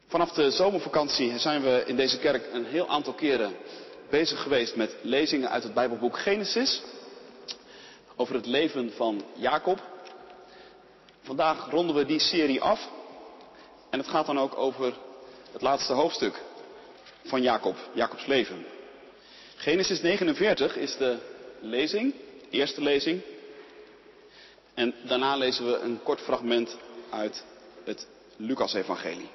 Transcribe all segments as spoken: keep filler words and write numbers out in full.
Vanaf de zomervakantie zijn we in deze kerk een heel aantal keren bezig geweest met lezingen uit het Bijbelboek Genesis. Over het leven van Jacob. Vandaag ronden we die serie af. En het gaat dan ook over het laatste hoofdstuk van Jacob, Jacobs leven. Genesis negenenveertig is de lezing, de eerste lezing. En daarna lezen we een kort fragment uit het Lucas-evangelie.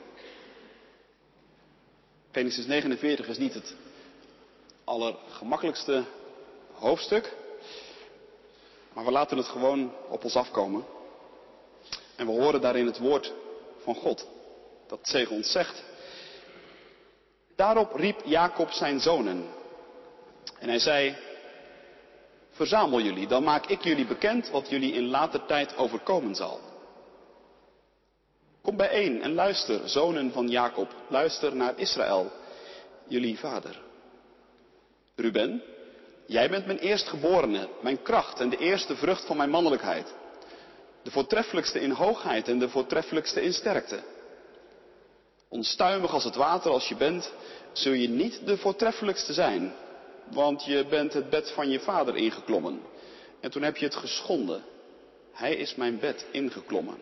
Genesis negenenveertig is niet het allergemakkelijkste hoofdstuk. Maar we laten het gewoon op ons afkomen. En we horen daarin het woord van God. Dat tegen ons zegt. Daarop riep Jacob zijn zonen. En hij zei: verzamel jullie, dan maak ik jullie bekend wat jullie in later tijd overkomen zal. Kom bijeen en luister, zonen van Jacob, luister naar Israël, jullie vader. Ruben, jij bent mijn eerstgeborene, mijn kracht en de eerste vrucht van mijn mannelijkheid. De voortreffelijkste in hoogheid en de voortreffelijkste in sterkte. Onstuimig als het water als je bent, zul je niet de voortreffelijkste zijn. Want je bent het bed van je vader ingeklommen. En toen heb je het geschonden. Hij is mijn bed ingeklommen.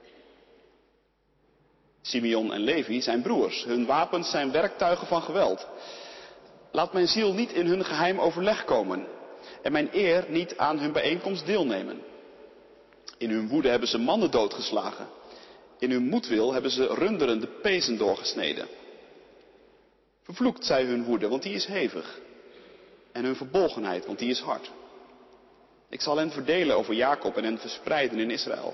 Simeon en Levi zijn broers. Hun wapens zijn werktuigen van geweld. Laat mijn ziel niet in hun geheim overleg komen. En mijn eer niet aan hun bijeenkomst deelnemen. In hun woede hebben ze mannen doodgeslagen. In hun moedwil hebben ze runderen de pezen doorgesneden. Vervloekt zij hun woede, want die is hevig. En hun verbolgenheid, want die is hard. Ik zal hen verdelen over Jacob en hen verspreiden in Israël.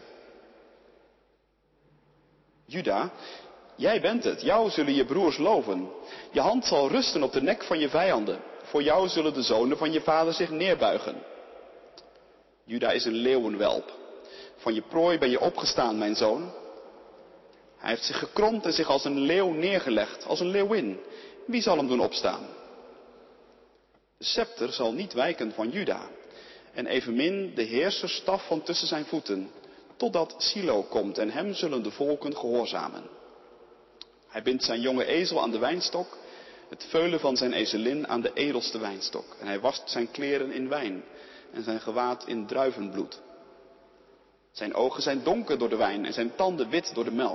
Juda, jij bent het. Jou zullen je broers loven. Je hand zal rusten op de nek van je vijanden. Voor jou zullen de zonen van je vader zich neerbuigen. Juda is een leeuwenwelp. Van je prooi ben je opgestaan, mijn zoon. Hij heeft zich gekromd en zich als een leeuw neergelegd, als een leeuwin. Wie zal hem doen opstaan? De scepter zal niet wijken van Juda. En evenmin de heerserstaf van tussen zijn voeten. Totdat Silo komt en hem zullen de volken gehoorzamen. Hij bindt zijn jonge ezel aan de wijnstok. Het veulen van zijn ezelin aan de edelste wijnstok. En hij wast zijn kleren in wijn. En zijn gewaad in druivenbloed. Zijn ogen zijn donker door de wijn. En zijn tanden wit door de melk.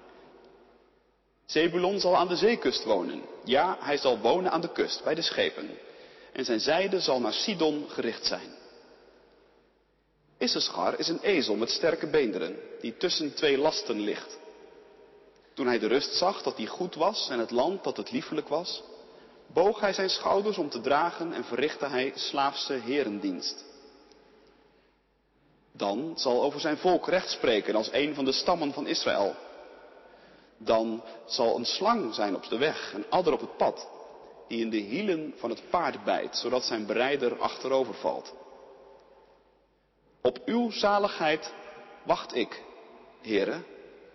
Zebulon zal aan de zeekust wonen. Ja, hij zal wonen aan de kust, bij de schepen. En zijn zijde zal naar Sidon gericht zijn. Issachar is een ezel met sterke beenderen, die tussen twee lasten ligt. Toen hij de rust zag dat die goed was en het land dat het liefelijk was, boog hij zijn schouders om te dragen en verrichtte hij slaafse herendienst. Dan zal over zijn volk recht spreken als een van de stammen van Israël. Dan zal een slang zijn op de weg, een adder op het pad, die in de hielen van het paard bijt, zodat zijn berijder achterover valt. Op uw zaligheid wacht ik, heren.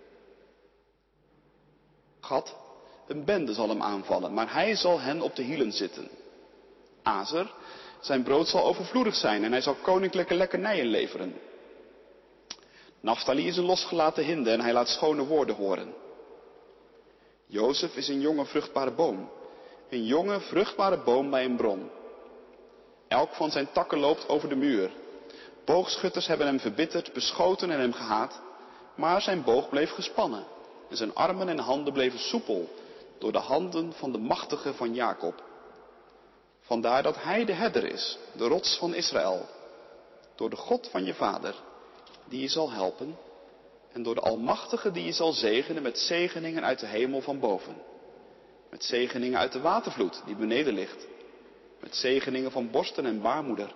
Gad, een bende zal hem aanvallen, maar hij zal hen op de hielen zitten. Azer, zijn brood zal overvloedig zijn en hij zal koninklijke lekkernijen leveren. Naphtali is een losgelaten hinde en hij laat schone woorden horen. Jozef is een jonge vruchtbare boom, een jonge vruchtbare boom bij een bron. Elk van zijn takken loopt over de muur. Boogschutters hebben hem verbitterd, beschoten en hem gehaat, maar zijn boog bleef gespannen en zijn armen en handen bleven soepel door de handen van de machtige van Jacob. Vandaar dat hij de herder is, de rots van Israël, door de God van je vader, die je zal helpen, en door de Almachtige die je zal zegenen met zegeningen uit de hemel van boven. Met zegeningen uit de watervloed die beneden ligt. Met zegeningen van borsten en baarmoeder.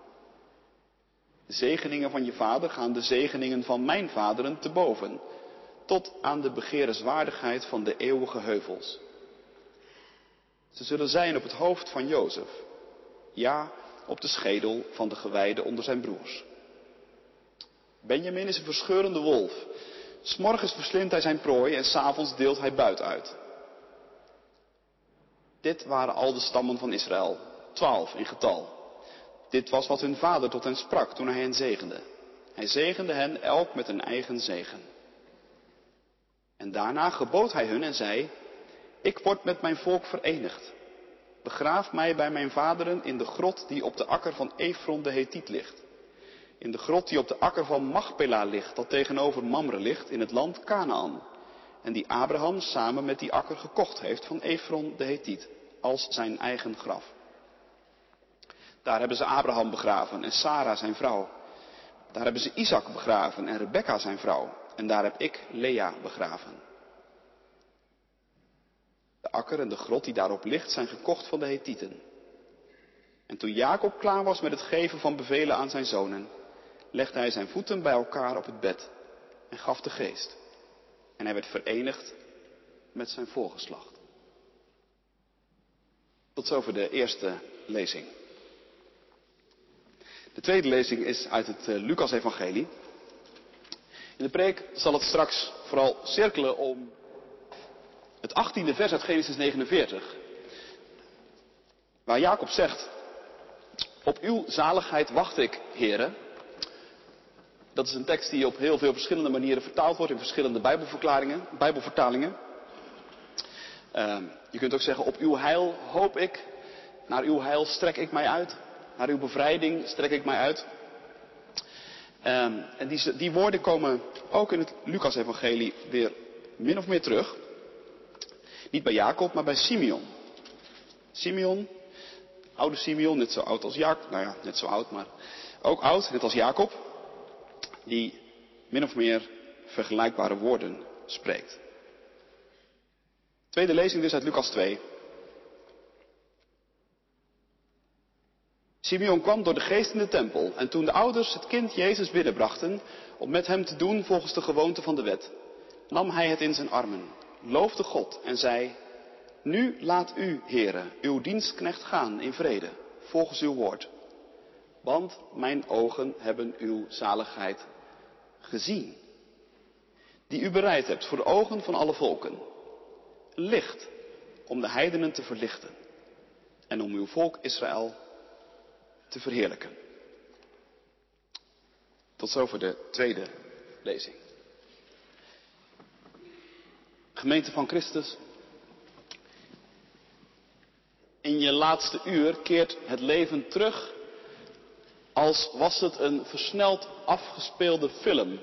De zegeningen van je vader gaan de zegeningen van mijn vaderen te boven. Tot aan de begerenswaardigheid van de eeuwige heuvels. Ze zullen zijn op het hoofd van Jozef. Ja, op de schedel van de gewijden onder zijn broers. Benjamin is een verscheurende wolf. 'S Morgens verslindt hij zijn prooi en 's avonds deelt hij buit uit. Dit waren al de stammen van Israël, twaalf in getal. Dit was wat hun vader tot hen sprak toen hij hen zegende. Hij zegende hen elk met een eigen zegen. En daarna gebood hij hun en zei: Ik word met mijn volk verenigd. Begraaf mij bij mijn vaderen in de grot die op de akker van Efron de Hethiet ligt. In de grot die op de akker van Machpela ligt, dat tegenover Mamre ligt, in het land Kanaan. En die Abraham samen met die akker gekocht heeft van Efron de Hethiet, als zijn eigen graf. Daar hebben ze Abraham begraven en Sara zijn vrouw. Daar hebben ze Isaac begraven en Rebekka zijn vrouw. En daar heb ik Lea begraven. De akker en de grot die daarop ligt zijn gekocht van de Hethieten. En toen Jacob klaar was met het geven van bevelen aan zijn zonen, legde hij zijn voeten bij elkaar op het bed en gaf de geest. En hij werd verenigd met zijn voorgeslacht. Tot zover de eerste lezing. De tweede lezing is uit het uh, Lucas-evangelie. In de preek zal het straks vooral cirkelen om het achttiende vers uit Genesis negenenveertig. Waar Jacob zegt, op uw zaligheid wacht ik, heren. Dat is een tekst die op heel veel verschillende manieren vertaald wordt in verschillende bijbelverklaringen, bijbelvertalingen. Uh, je kunt ook zeggen, op uw heil hoop ik, naar uw heil strek ik mij uit. Naar uw bevrijding strek ik mij uit. Um, en die, die woorden komen ook in het Lucas-evangelie weer min of meer terug. Niet bij Jacob, maar bij Simeon. Simeon, oude Simeon, net zo oud als Jacob. Nou ja, net zo oud, maar ook oud, net als Jacob. Die min of meer vergelijkbare woorden spreekt. Tweede lezing dus uit Lucas twee. Simeon kwam door de geest in de tempel en toen de ouders het kind Jezus binnenbrachten om met hem te doen volgens de gewoonte van de wet, nam hij het in zijn armen, loofde God en zei, nu laat u, Heere, uw dienstknecht gaan in vrede, volgens uw woord. Want mijn ogen hebben uw zaligheid gezien, die u bereid hebt voor de ogen van alle volken. Licht om de heidenen te verlichten en om uw volk Israël te verheerlijken. Tot zover de tweede lezing. Gemeente van Christus. In je laatste uur keert het leven terug als was het een versneld afgespeelde film.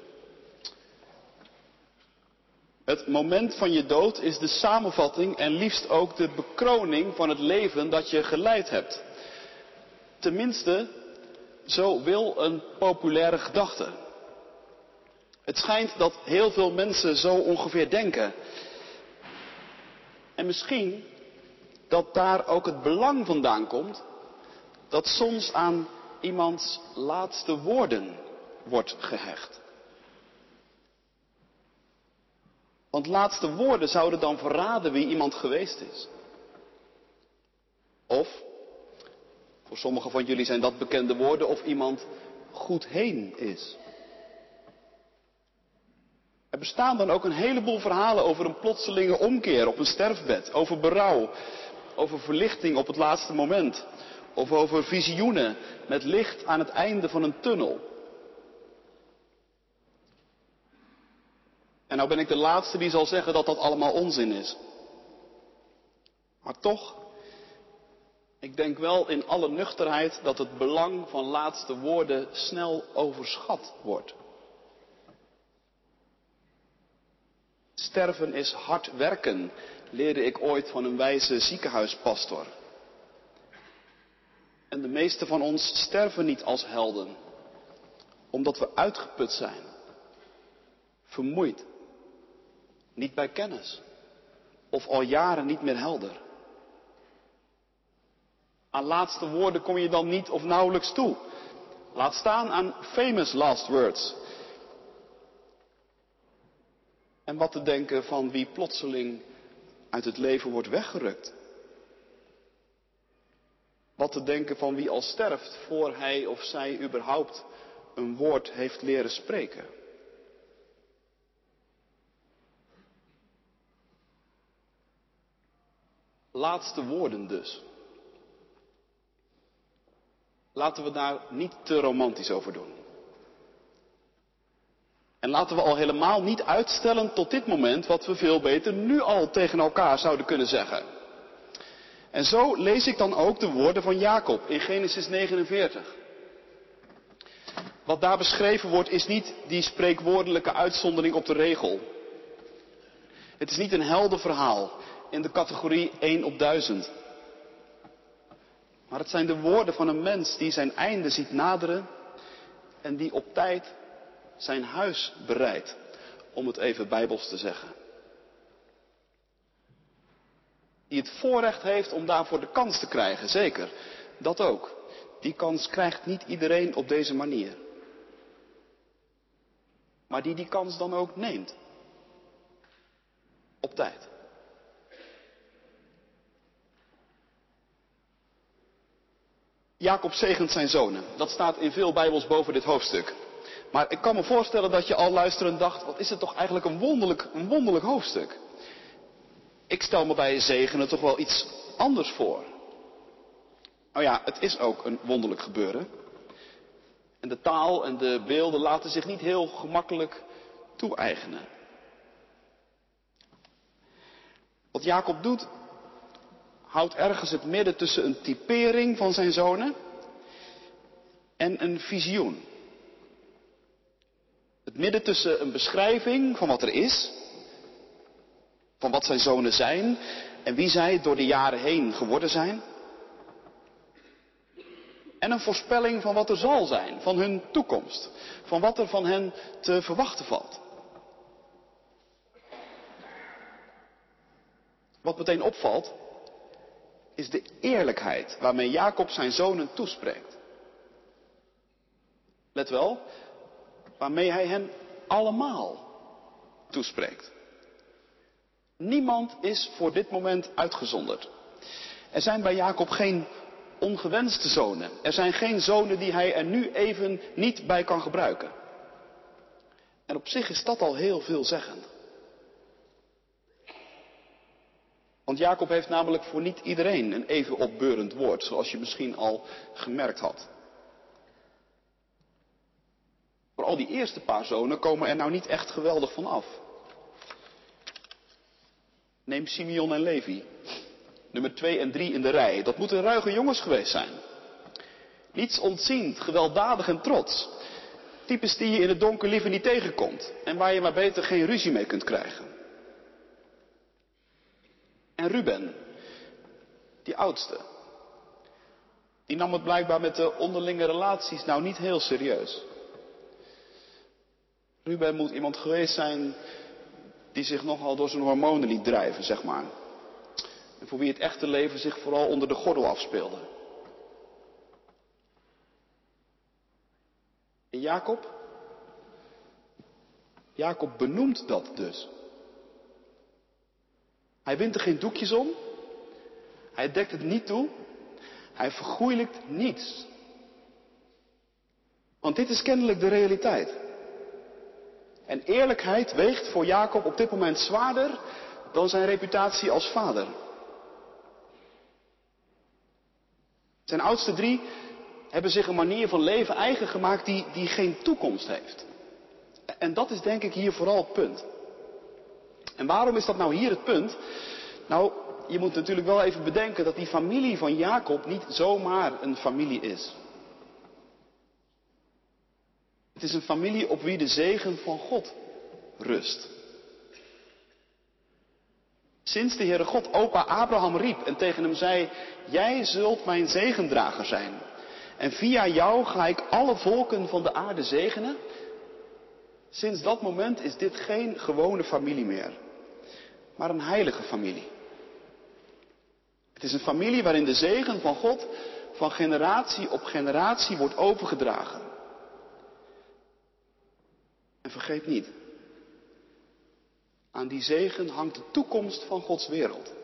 Het moment van je dood is de samenvatting en liefst ook de bekroning van het leven dat je geleid hebt. Tenminste, zo wil een populaire gedachte. Het schijnt dat heel veel mensen zo ongeveer denken. En misschien dat daar ook het belang vandaan komt dat soms aan iemands laatste woorden wordt gehecht. Want laatste woorden zouden dan verraden wie iemand geweest is. Of, voor sommigen van jullie zijn dat bekende woorden, of iemand goed heen is. Er bestaan dan ook een heleboel verhalen over een plotselinge omkeer op een sterfbed, over berouw, over verlichting op het laatste moment, of over visioenen met licht aan het einde van een tunnel. En nou ben ik de laatste die zal zeggen dat dat allemaal onzin is. Maar toch, ik denk wel in alle nuchterheid dat het belang van laatste woorden snel overschat wordt. Sterven is hard werken, leerde ik ooit van een wijze ziekenhuispastor. En de meeste van ons sterven niet als helden, omdat we uitgeput zijn, vermoeid, niet bij kennis of al jaren niet meer helder. Aan laatste woorden kom je dan niet of nauwelijks toe. Laat staan aan famous last words. En wat te denken van wie plotseling uit het leven wordt weggerukt. Wat te denken van wie al sterft voor hij of zij überhaupt een woord heeft leren spreken. Laatste woorden dus. Laten we daar niet te romantisch over doen. En laten we al helemaal niet uitstellen tot dit moment wat we veel beter nu al tegen elkaar zouden kunnen zeggen. En zo lees ik dan ook de woorden van Jacob in Genesis negenenveertig. Wat daar beschreven wordt is niet die spreekwoordelijke uitzondering op de regel. Het is niet een heldenverhaal in de categorie één op duizend. Maar het zijn de woorden van een mens die zijn einde ziet naderen en die op tijd zijn huis bereidt, om het even bijbels te zeggen. Die het voorrecht heeft om daarvoor de kans te krijgen, zeker. Dat ook. Die kans krijgt niet iedereen op deze manier. Maar die die kans dan ook neemt. Op tijd. Jacob zegent zijn zonen. Dat staat in veel bijbels boven dit hoofdstuk. Maar ik kan me voorstellen dat je al luisterend dacht, wat is het toch eigenlijk een wonderlijk, een wonderlijk hoofdstuk. Ik stel me bij zegenen toch wel iets anders voor. Nou ja, het is ook een wonderlijk gebeuren. En de taal en de beelden laten zich niet heel gemakkelijk toe-eigenen. Wat Jacob doet, houdt ergens het midden tussen een typering van zijn zonen en een visioen. Het midden tussen een beschrijving van wat er is, van wat zijn zonen zijn en wie zij door de jaren heen geworden zijn. En een voorspelling van wat er zal zijn, van hun toekomst, van wat er van hen te verwachten valt. Wat meteen opvalt, is de eerlijkheid waarmee Jacob zijn zonen toespreekt. Let wel, waarmee hij hen allemaal toespreekt. Niemand is voor dit moment uitgezonderd. Er zijn bij Jacob geen ongewenste zonen. Er zijn geen zonen die hij er nu even niet bij kan gebruiken. En op zich is dat al heel veelzeggend. Want Jacob heeft namelijk voor niet iedereen een even opbeurend woord, zoals je misschien al gemerkt had. Voor al die eerste paar zonen komen er nou niet echt geweldig van af. Neem Simeon en Levi, nummer twee en drie in de rij. Dat moeten ruige jongens geweest zijn. Niets ontziend, gewelddadig en trots. Types die je in het donker liever niet tegenkomt en waar je maar beter geen ruzie mee kunt krijgen. En Ruben, die oudste, die nam het blijkbaar met de onderlinge relaties nou niet heel serieus. Ruben moet iemand geweest zijn die zich nogal door zijn hormonen liet drijven, zeg maar. En voor wie het echte leven zich vooral onder de gordel afspeelde. En Jacob? Jacob benoemt dat dus. Hij wint er geen doekjes om. Hij dekt het niet toe. Hij vergoeilijkt niets. Want dit is kennelijk de realiteit. En eerlijkheid weegt voor Jacob op dit moment zwaarder dan zijn reputatie als vader. Zijn oudste drie hebben zich een manier van leven eigen gemaakt die, die geen toekomst heeft. En dat is denk ik hier vooral het punt. En waarom is dat nou hier het punt? Nou, je moet natuurlijk wel even bedenken dat die familie van Jacob niet zomaar een familie is. Het is een familie op wie de zegen van God rust. Sinds de Heere God opa Abraham riep en tegen hem zei, jij zult mijn zegendrager zijn. En via jou ga ik alle volken van de aarde zegenen. Sinds dat moment is dit geen gewone familie meer, maar een heilige familie. Het is een familie waarin de zegen van God van generatie op generatie wordt overgedragen. En vergeet niet, aan die zegen hangt de toekomst van Gods wereld.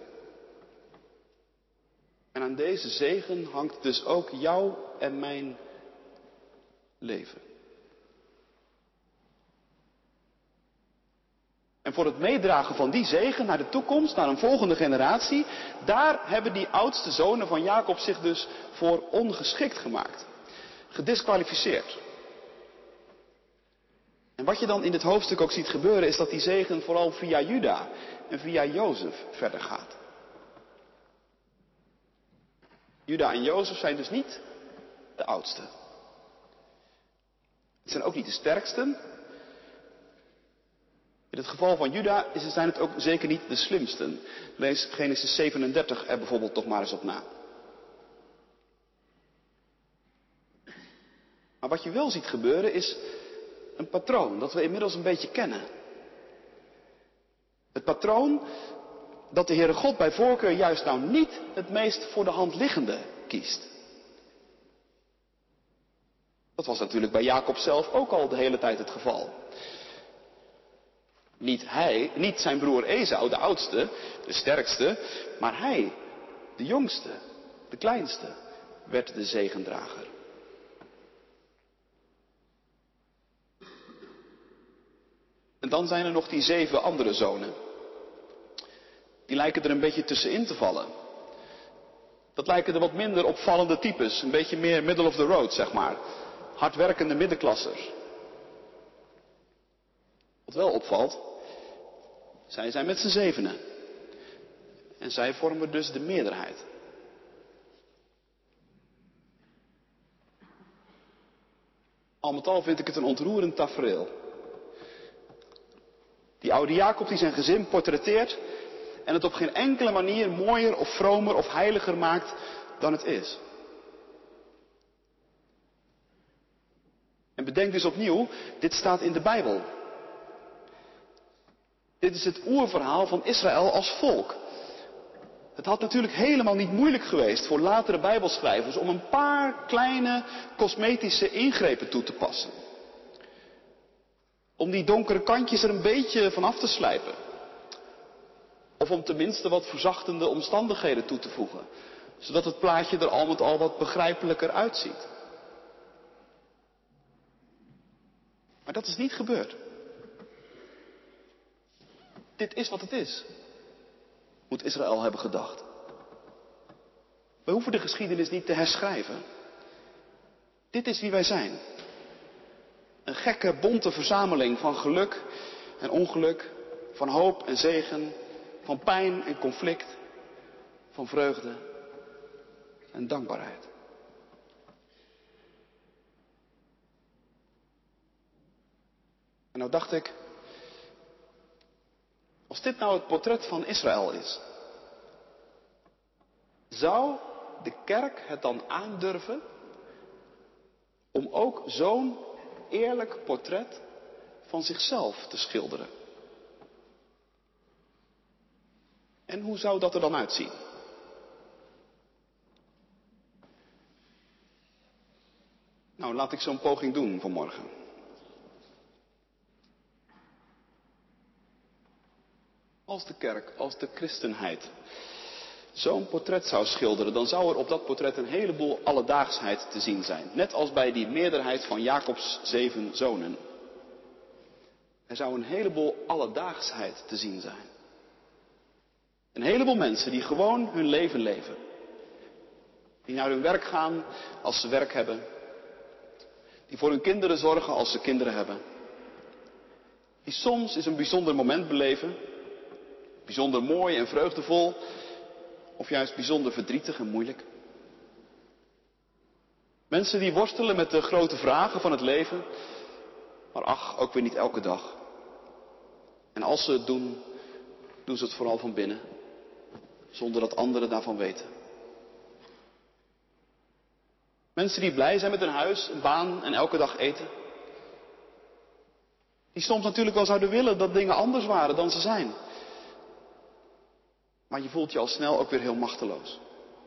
En aan deze zegen hangt dus ook jouw en mijn leven. En voor het meedragen van die zegen naar de toekomst, naar een volgende generatie, daar hebben die oudste zonen van Jacob zich dus voor ongeschikt gemaakt. Gediskwalificeerd. En wat je dan in dit hoofdstuk ook ziet gebeuren, is dat die zegen vooral via Juda en via Jozef verder gaat. Juda en Jozef zijn dus niet de oudsten. Het zijn ook niet de sterksten. In het geval van Juda zijn het ook zeker niet de slimsten. Lees Genesis zevenendertig er bijvoorbeeld toch maar eens op na. Maar wat je wel ziet gebeuren is een patroon dat we inmiddels een beetje kennen. Het patroon dat de Heere God bij voorkeur juist nou niet het meest voor de hand liggende kiest. Dat was natuurlijk bij Jacob zelf ook al de hele tijd het geval. Niet hij, niet zijn broer Esau, de oudste, de sterkste, maar hij, de jongste, de kleinste, werd de zegendrager. En dan zijn er nog die zeven andere zonen. Die lijken er een beetje tussenin te vallen. Dat lijken de wat minder opvallende types, een beetje meer middle of the road, zeg maar. Hardwerkende middenklassers. Wat wel opvalt, zij zijn met z'n zevenen. En zij vormen dus de meerderheid. Al met al vind ik het een ontroerend tafereel. Die oude Jacob die zijn gezin portretteert en het op geen enkele manier mooier of vromer of heiliger maakt dan het is. En bedenk dus opnieuw, dit staat in de Bijbel. Dit is het oerverhaal van Israël als volk. Het had natuurlijk helemaal niet moeilijk geweest voor latere Bijbelschrijvers om een paar kleine cosmetische ingrepen toe te passen. Om die donkere kantjes er een beetje van af te slijpen. Of om tenminste wat verzachtende omstandigheden toe te voegen. Zodat het plaatje er al met al wat begrijpelijker uitziet. Maar dat is niet gebeurd. Dit is wat het is. Moet Israël hebben gedacht. We hoeven de geschiedenis niet te herschrijven. Dit is wie wij zijn. Een gekke, bonte verzameling van geluk en ongeluk, van hoop en zegen, van pijn en conflict, van vreugde en dankbaarheid. En nou dacht ik, als dit nou het portret van Israël is, zou de kerk het dan aandurven om ook zo'n eerlijk portret van zichzelf te schilderen? En hoe zou dat er dan uitzien? Nou, laat ik zo'n poging doen vanmorgen. Als de kerk, als de christenheid zo'n portret zou schilderen, dan zou er op dat portret een heleboel alledaagsheid te zien zijn. Net als bij die meerderheid van Jacobs zeven zonen. Er zou een heleboel alledaagsheid te zien zijn. Een heleboel mensen die gewoon hun leven leven. Die naar hun werk gaan als ze werk hebben. Die voor hun kinderen zorgen als ze kinderen hebben. Die soms eens een bijzonder moment beleven. Bijzonder mooi en vreugdevol. Of juist bijzonder verdrietig en moeilijk. Mensen die worstelen met de grote vragen van het leven. Maar ach, ook weer niet elke dag. En als ze het doen, doen ze het vooral van binnen. Zonder dat anderen daarvan weten. Mensen die blij zijn met een huis, een baan en elke dag eten. Die soms natuurlijk wel zouden willen dat dingen anders waren dan ze zijn. Maar je voelt je al snel ook weer heel machteloos.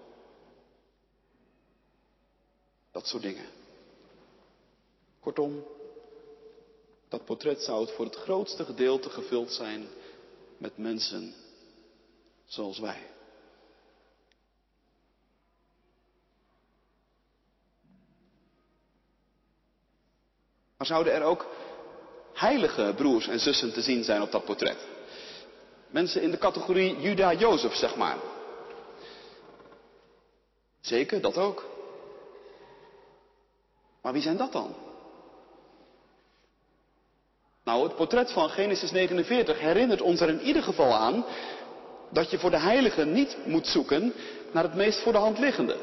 Dat soort dingen. Kortom, dat portret zou het voor het grootste gedeelte gevuld zijn met mensen zoals wij. Maar zouden er ook heilige broers en zussen te zien zijn op dat portret? Mensen in de categorie Juda-Jozef, zeg maar. Zeker, dat ook. Maar wie zijn dat dan? Nou, het portret van Genesis negenenveertig herinnert ons er in ieder geval aan dat je voor de heiligen niet moet zoeken naar het meest voor de hand liggende.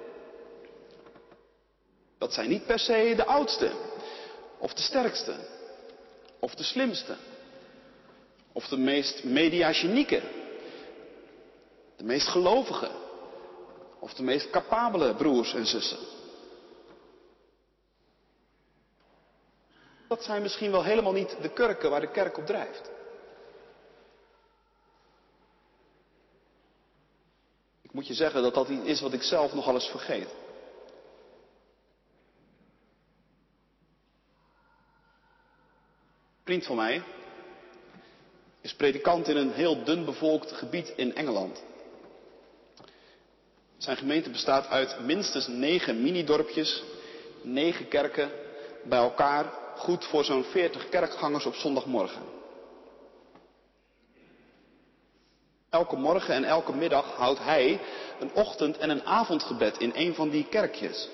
Dat zijn niet per se de oudste, of de sterkste, of de slimste, of de meest mediagenieke, de meest gelovige, of de meest capabele broers en zussen. Dat zijn misschien wel helemaal niet de kurken waar de kerk op drijft. Ik moet je zeggen dat dat iets is wat ik zelf nogal eens vergeet. Een vriend van mij is predikant in een heel dun bevolkt gebied in Engeland. Zijn gemeente bestaat uit minstens negen minidorpjes, negen kerken, bij elkaar goed voor zo'n veertig kerkgangers op zondagmorgen. Elke morgen en elke middag houdt hij een ochtend- en een avondgebed in een van die kerkjes.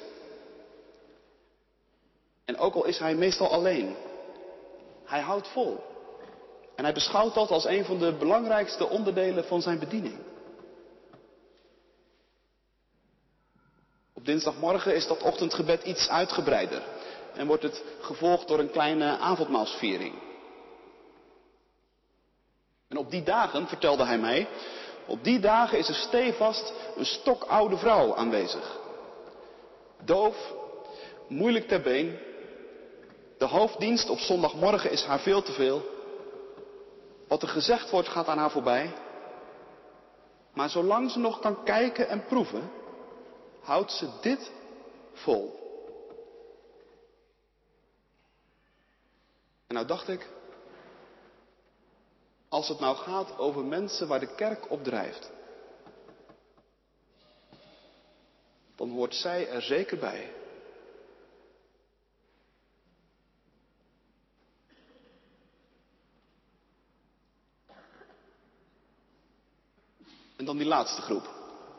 En ook al is hij meestal alleen, hij houdt vol. En hij beschouwt dat als een van de belangrijkste onderdelen van zijn bediening. Op dinsdagmorgen is dat ochtendgebed iets uitgebreider en wordt het gevolgd door een kleine avondmaalsviering. En op die dagen, vertelde hij mij, op die dagen is er stevast een stokoude vrouw aanwezig. Doof, moeilijk ter been. De hoofddienst op zondagmorgen is haar veel te veel. Wat er gezegd wordt gaat aan haar voorbij. Maar zolang ze nog kan kijken en proeven, houdt ze dit vol. En nou dacht ik, als het nou gaat over mensen waar de kerk op drijft, dan hoort zij er zeker bij. En dan die laatste groep.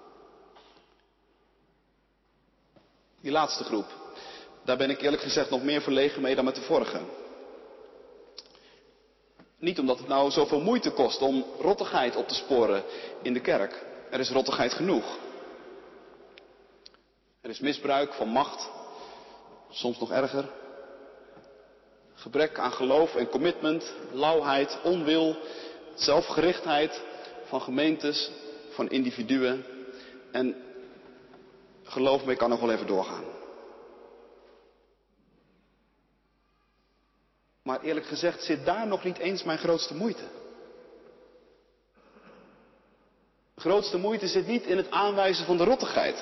Die laatste groep. Daar ben ik eerlijk gezegd nog meer verlegen mee dan met de vorige. Niet omdat het nou zoveel moeite kost om rottigheid op te sporen in de kerk. Er is rottigheid genoeg. Er is misbruik van macht. Soms nog erger. Gebrek aan geloof en commitment. Lauwheid, onwil. Zelfgerichtheid van gemeentes, van individuen. En geloof me, ik kan nog wel even doorgaan. Maar eerlijk gezegd zit daar nog niet eens mijn grootste moeite. De grootste moeite zit niet in het aanwijzen van de rottigheid.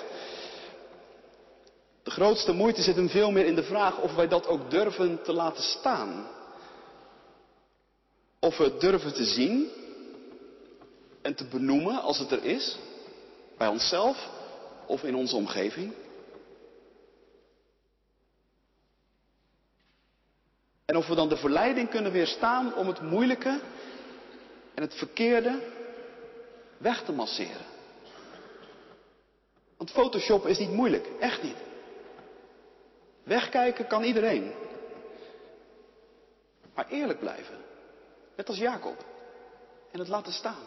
De grootste moeite zit hem veel meer in de vraag of wij dat ook durven te laten staan. Of we het durven te zien en te benoemen als het er is, bij onszelf of in onze omgeving. En of we dan de verleiding kunnen weerstaan om het moeilijke en het verkeerde weg te masseren. Want Photoshop is niet moeilijk, echt niet. Wegkijken kan iedereen. Maar eerlijk blijven, net als Jacob, en het laten staan.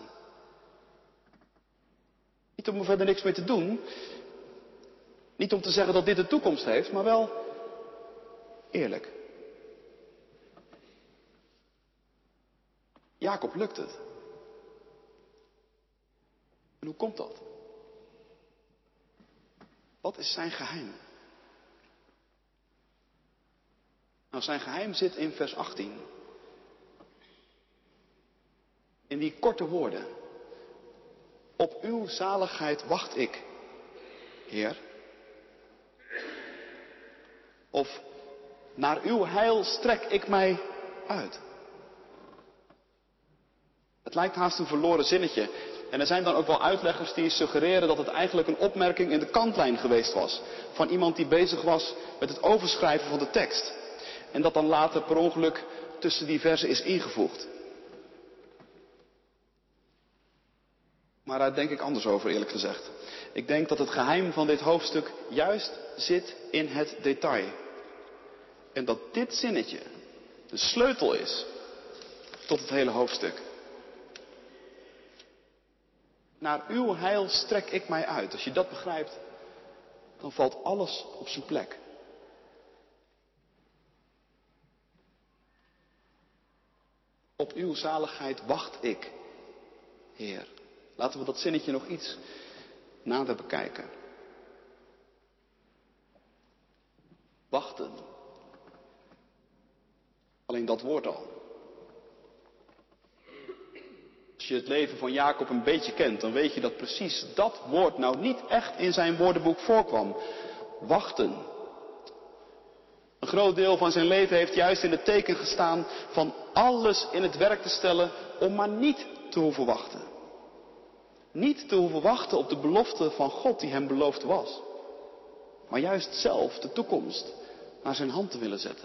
Niet om er verder niks mee te doen, niet om te zeggen dat dit de toekomst heeft, maar wel eerlijk. Jacob lukt het. En hoe komt dat? Wat is zijn geheim? Nou, zijn geheim zit in vers achttien. In die korte woorden. Op uw zaligheid wacht ik, Heer. Of naar uw heil strek ik mij uit. Het lijkt haast een verloren zinnetje. En er zijn dan ook wel uitleggers die suggereren dat het eigenlijk een opmerking in de kantlijn geweest was. Van iemand die bezig was met het overschrijven van de tekst. En dat dan later per ongeluk tussen die verzen is ingevoegd. Maar daar denk ik anders over, eerlijk gezegd. Ik denk dat het geheim van dit hoofdstuk juist zit in het detail. En dat dit zinnetje de sleutel is tot het hele hoofdstuk. Naar uw heil strek ik mij uit. Als je dat begrijpt, dan valt alles op zijn plek. Op uw zaligheid wacht ik, Heer. Laten we dat zinnetje nog iets nader bekijken. Wachten. Alleen dat woord al. Als je het leven van Jacob een beetje kent, dan weet je dat precies dat woord nou niet echt in zijn woordenboek voorkwam. Wachten. Een groot deel van zijn leven heeft juist in het teken gestaan van alles in het werk te stellen om maar niet te hoeven wachten. Niet te hoeven wachten op de belofte van God die hem beloofd was. Maar juist zelf de toekomst naar zijn hand te willen zetten.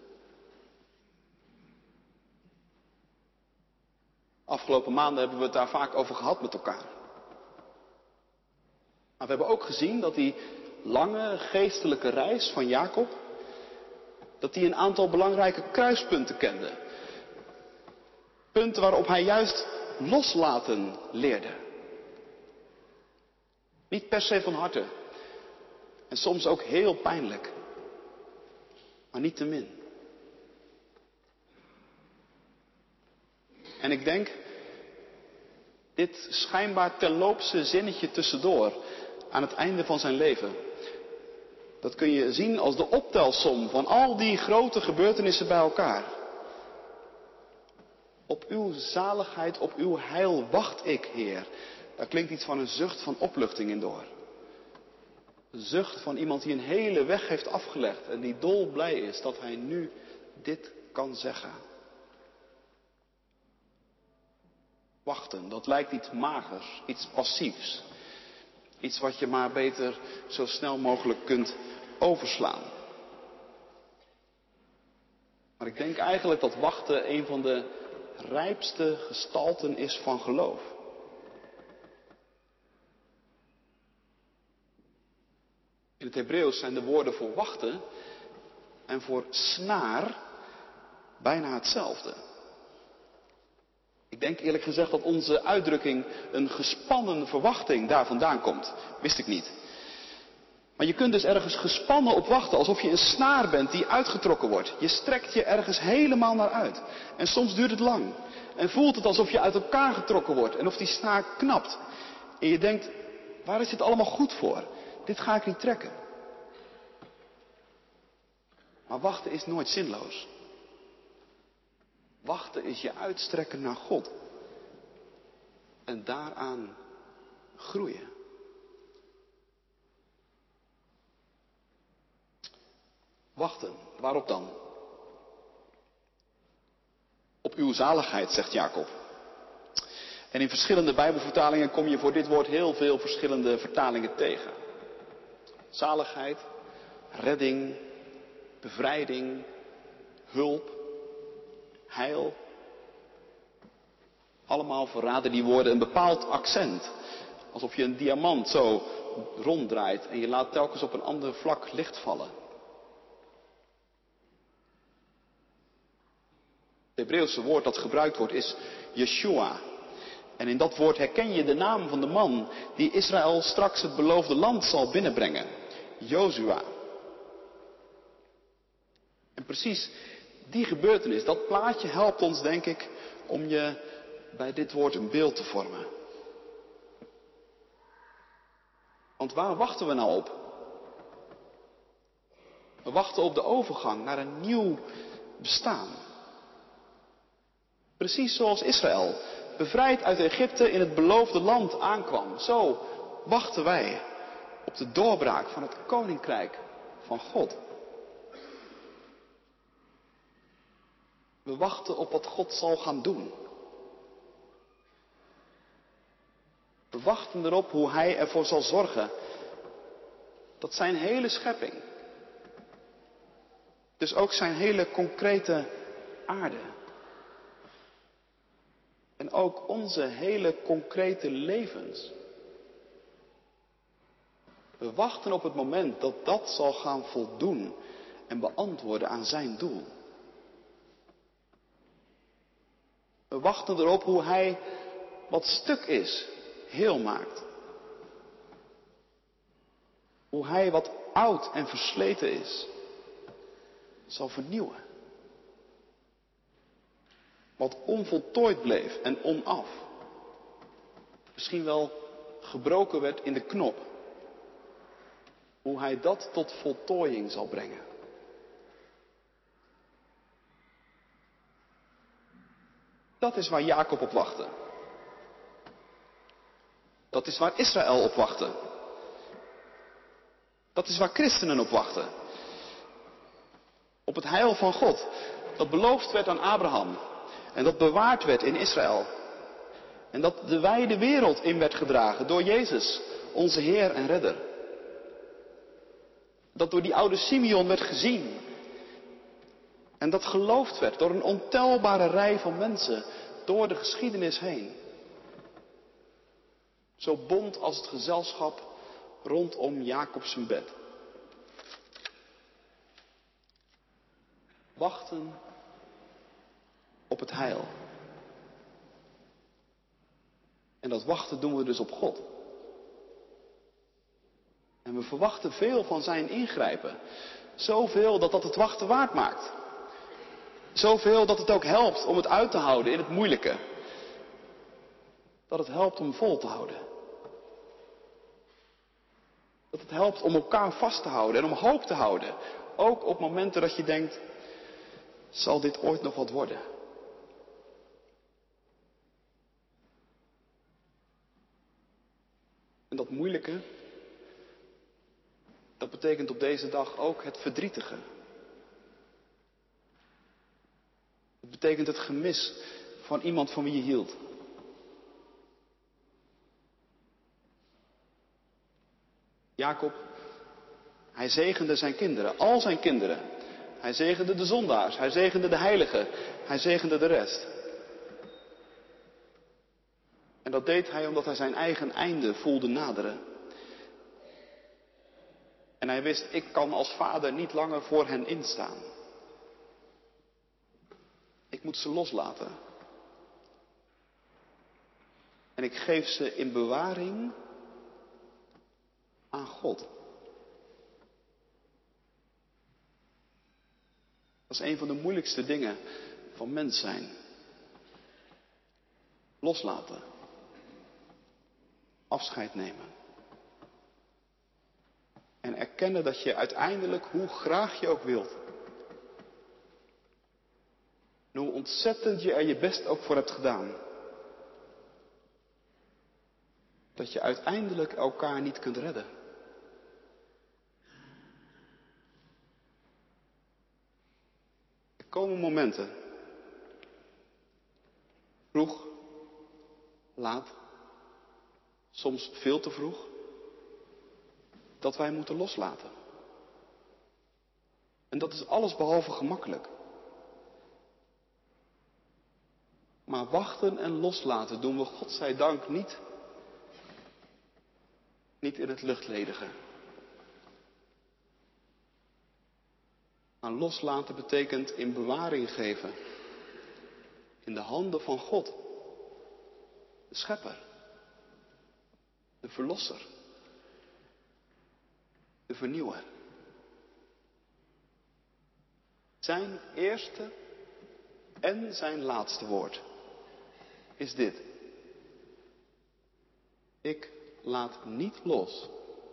Afgelopen maanden hebben we het daar vaak over gehad met elkaar. Maar we hebben ook gezien dat die lange geestelijke reis van Jacob, dat hij een aantal belangrijke kruispunten kende. Punten waarop hij juist loslaten leerde. Niet per se van harte. En soms ook heel pijnlijk. Maar niettemin. En ik denk, dit schijnbaar terloopse zinnetje tussendoor aan het einde van zijn leven, dat kun je zien als de optelsom van al die grote gebeurtenissen bij elkaar. Op uw zaligheid, op uw heil wacht ik, Heer. Daar klinkt iets van een zucht van opluchting in door. Een zucht van iemand die een hele weg heeft afgelegd en die dolblij is dat hij nu dit kan zeggen. Wachten, dat lijkt iets magers, iets passiefs. Iets wat je maar beter zo snel mogelijk kunt overslaan. Maar ik denk eigenlijk dat wachten een van de rijpste gestalten is van geloof. In het Hebreeuws zijn de woorden voor wachten en voor snaar bijna hetzelfde. Ik denk eerlijk gezegd dat onze uitdrukking een gespannen verwachting daar vandaan komt. Wist ik niet. Maar je kunt dus ergens gespannen op wachten, alsof je een snaar bent die uitgetrokken wordt. Je strekt je ergens helemaal naar uit. En soms duurt het lang. En voelt het alsof je uit elkaar getrokken wordt en of die snaar knapt. En je denkt, waar is dit allemaal goed voor? Dit ga ik niet trekken. Maar wachten is nooit zinloos. Wachten is je uitstrekken naar God. En daaraan groeien. Wachten, waarop dan? Op uw zaligheid, zegt Jacob. En in verschillende Bijbelvertalingen kom je voor dit woord heel veel verschillende vertalingen tegen. Zaligheid, redding, bevrijding, hulp, heil. Allemaal verraden die woorden een bepaald accent. Alsof je een diamant zo ronddraait en je laat telkens op een ander vlak licht vallen. Het Hebreeuwse woord dat gebruikt wordt is Yeshua. En in dat woord herken je de naam van de man die Israël straks het beloofde land zal binnenbrengen. Jozua. En precies die gebeurtenis, dat plaatje helpt ons denk ik om je bij dit woord een beeld te vormen. Want waar wachten we nou op? We wachten op de overgang naar een nieuw bestaan. Precies zoals Israël, bevrijd uit Egypte in het beloofde land aankwam. Zo wachten wij op de doorbraak van het koninkrijk van God. We wachten op wat God zal gaan doen. We wachten erop hoe Hij ervoor zal zorgen dat zijn hele schepping, dus ook zijn hele concrete aarde, en ook onze hele concrete levens. We wachten op het moment dat dat zal gaan voldoen en beantwoorden aan zijn doel. We wachten erop hoe hij wat stuk is, heel maakt. Hoe hij wat oud en versleten is, zal vernieuwen. Wat onvoltooid bleef en onaf, misschien wel gebroken werd in de knop, hoe hij dat tot voltooiing zal brengen. Dat is waar Jacob op wachtte. Dat is waar Israël op wachtte. Dat is waar christenen op wachten. Op het heil van God, dat beloofd werd aan Abraham en dat bewaard werd in Israël. En dat de wijde wereld in werd gedragen door Jezus, onze Heer en Redder. Dat door die oude Simeon werd gezien. En dat geloofd werd door een ontelbare rij van mensen door de geschiedenis heen. Zo bont als het gezelschap rondom Jacob zijn bed. Wachten op het heil. En dat wachten doen we dus op God. En we verwachten veel van zijn ingrijpen. Zoveel dat dat het wachten waard maakt. Zoveel dat het ook helpt om het uit te houden in het moeilijke. Dat het helpt om vol te houden. Dat het helpt om elkaar vast te houden en om hoop te houden. Ook op momenten dat je denkt, zal dit ooit nog wat worden? En dat moeilijke, dat betekent op deze dag ook het verdrietige. Het betekent het gemis van iemand van wie je hield. Jacob, hij zegende zijn kinderen, al zijn kinderen. Hij zegende de zondaars, hij zegende de heiligen, hij zegende de rest. En dat deed hij omdat hij zijn eigen einde voelde naderen. En hij wist, ik kan als vader niet langer voor hen instaan. Ik moet ze loslaten. En ik geef ze in bewaring aan God. Dat is een van de moeilijkste dingen van mens zijn. Loslaten. Afscheid nemen. En erkennen dat je uiteindelijk, hoe graag je ook wilt, en hoe ontzettend je er je best ook voor hebt gedaan, dat je uiteindelijk elkaar niet kunt redden. Er komen momenten, vroeg, laat, soms veel te vroeg, dat wij moeten loslaten. En dat is alles behalve gemakkelijk. Maar wachten en loslaten doen we godzijdank niet, niet in het luchtledige. Maar loslaten betekent in bewaring geven. In de handen van God. De schepper. De verlosser. De vernieuwer. Zijn eerste en zijn laatste woord is dit. Ik laat niet los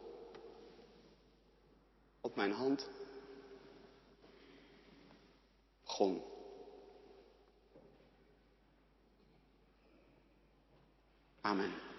wat mijn hand begon. Amen.